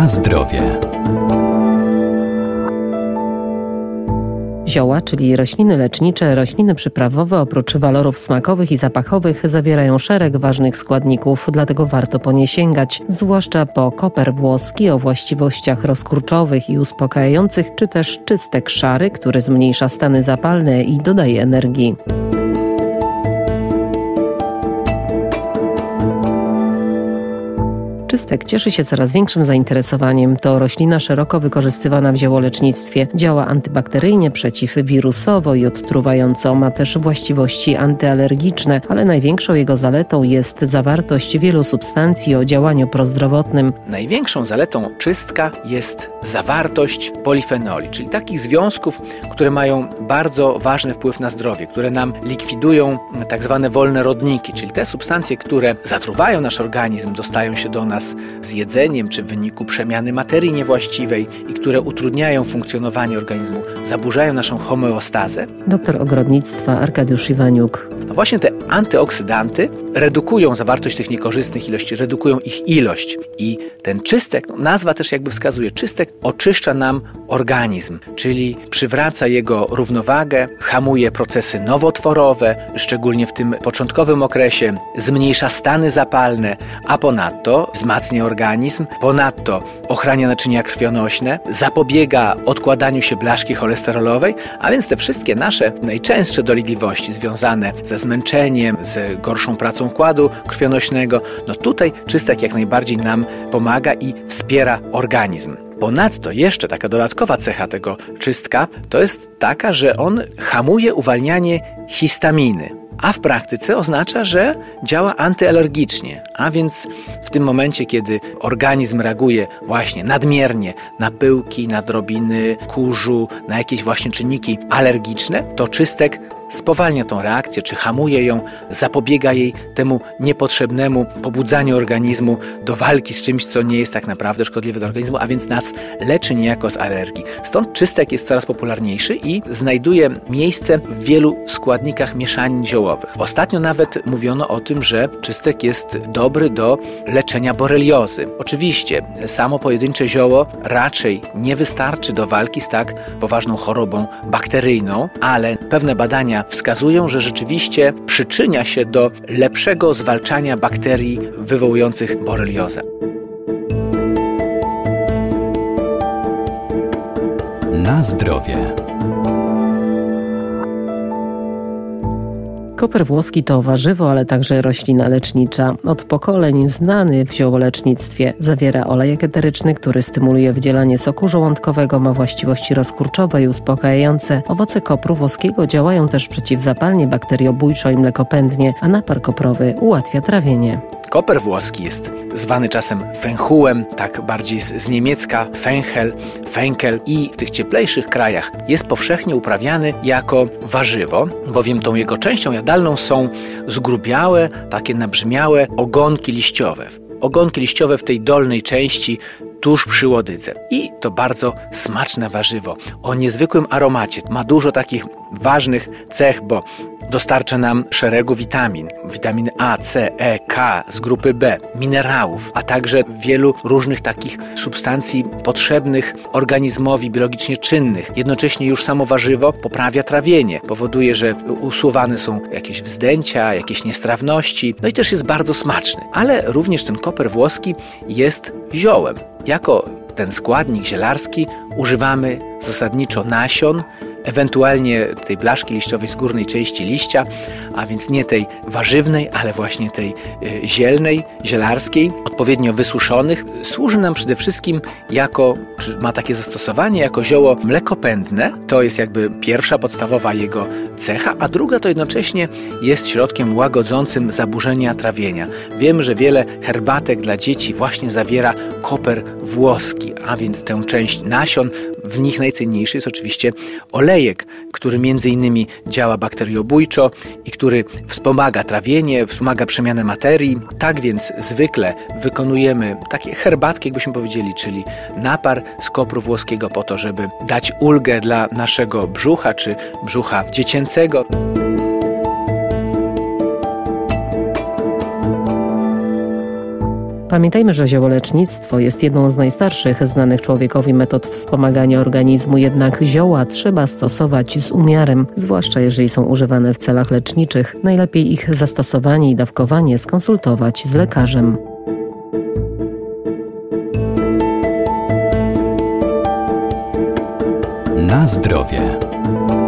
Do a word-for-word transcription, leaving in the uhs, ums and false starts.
Na zdrowie. Zioła, czyli rośliny lecznicze, rośliny przyprawowe, oprócz walorów smakowych i zapachowych, zawierają szereg ważnych składników, dlatego warto po nie sięgać, zwłaszcza po koper włoski o właściwościach rozkurczowych i uspokajających, czy też czystek szary, który zmniejsza stany zapalne i dodaje energii. Czystek cieszy się coraz większym zainteresowaniem. To roślina szeroko wykorzystywana w ziołolecznictwie. Działa antybakteryjnie, przeciwwirusowo i odtruwająco. Ma też właściwości antyalergiczne, ale największą jego zaletą jest zawartość wielu substancji o działaniu prozdrowotnym. Największą zaletą czystka jest zawartość polifenoli, czyli takich związków, które mają bardzo ważny wpływ na zdrowie, które nam likwidują tak zwane wolne rodniki, czyli te substancje, które zatruwają nasz organizm, dostają się do nas z jedzeniem czy w wyniku przemiany materii niewłaściwej i które utrudniają funkcjonowanie organizmu, zaburzają naszą homeostazę. Doktor ogrodnictwa Arkadiusz Iwaniuk. No właśnie te antyoksydanty redukują zawartość tych niekorzystnych ilości, redukują ich ilość i ten czystek, no nazwa też jakby wskazuje, czystek oczyszcza nam organizm, czyli przywraca jego równowagę, hamuje procesy nowotworowe, szczególnie w tym początkowym okresie, zmniejsza stany zapalne, a ponadto wzmacnia organizm, ponadto ochrania naczynia krwionośne, zapobiega odkładaniu się blaszki cholesterolowej, a więc te wszystkie nasze najczęstsze dolegliwości związane ze zmęczeniem, z gorszą pracą układu krwionośnego, no tutaj czystek jak najbardziej nam pomaga i wspiera organizm. Ponadto jeszcze taka dodatkowa cecha tego czystka to jest taka, że on hamuje uwalnianie histaminy, a w praktyce oznacza, że działa antyalergicznie, a więc w tym momencie, kiedy organizm reaguje właśnie nadmiernie na pyłki, na drobiny kurzu, na jakieś właśnie czynniki alergiczne, to czystek spowalnia tą reakcję, czy hamuje ją, zapobiega jej temu niepotrzebnemu pobudzaniu organizmu do walki z czymś, co nie jest tak naprawdę szkodliwe dla organizmu, a więc nas leczy niejako z alergii. Stąd czystek jest coraz popularniejszy i znajduje miejsce w wielu składnikach mieszanin ziołowych. Ostatnio nawet mówiono o tym, że czystek jest dobry do leczenia boreliozy. Oczywiście samo pojedyncze zioło raczej nie wystarczy do walki z tak poważną chorobą bakteryjną, ale pewne badania wskazują, że rzeczywiście przyczynia się do lepszego zwalczania bakterii wywołujących boreliozę. Na zdrowie. Koper włoski to warzywo, ale także roślina lecznicza. Od pokoleń znany w ziołolecznictwie. Zawiera olejek eteryczny, który stymuluje wydzielanie soku żołądkowego, ma właściwości rozkurczowe i uspokajające. Owoce kopru włoskiego działają też przeciwzapalnie, bakteriobójczo i mlekopędnie, a napar koprowy ułatwia trawienie. Koper włoski jest zwany czasem fenchułem, tak bardziej z, z niemiecka fenchel, fenkel i w tych cieplejszych krajach jest powszechnie uprawiany jako warzywo, bowiem tą jego częścią jadalną są zgrubiałe, takie nabrzmiałe ogonki liściowe. Ogonki liściowe w tej dolnej części tuż przy łodydze. I to bardzo smaczne warzywo o niezwykłym aromacie. Ma dużo takich ważnych cech, bo dostarcza nam szeregu witamin. Witaminy A, C, E, K z grupy B, minerałów, a także wielu różnych takich substancji potrzebnych organizmowi, biologicznie czynnych. Jednocześnie już samo warzywo poprawia trawienie. Powoduje, że usuwane są jakieś wzdęcia, jakieś niestrawności. No i też jest bardzo smaczny. Ale również ten koper włoski jest ziołem. Jako ten składnik zielarski używamy zasadniczo nasion, ewentualnie tej blaszki liściowej z górnej części liścia, a więc nie tej warzywnej, ale właśnie tej y, zielnej, zielarskiej, odpowiednio wysuszonych. Służy nam przede wszystkim jako, czy ma takie zastosowanie, jako zioło mlekopędne. To jest jakby pierwsza podstawowa jego cecha, a druga to jednocześnie jest środkiem łagodzącym zaburzenia trawienia. Wiemy, że wiele herbatek dla dzieci właśnie zawiera koper włoski, a więc tę część nasion. W nich najcenniejszy jest oczywiście olejek, który między innymi działa bakteriobójczo i który wspomaga trawienie, wspomaga przemianę materii. Tak więc zwykle wykonujemy takie herbatki, jakbyśmy powiedzieli, czyli napar z kopru włoskiego po to, żeby dać ulgę dla naszego brzucha czy brzucha dziecięcego. Pamiętajmy, że ziołolecznictwo jest jedną z najstarszych znanych człowiekowi metod wspomagania organizmu, jednak zioła trzeba stosować z umiarem, zwłaszcza jeżeli są używane w celach leczniczych. Najlepiej ich zastosowanie i dawkowanie skonsultować z lekarzem. Na zdrowie.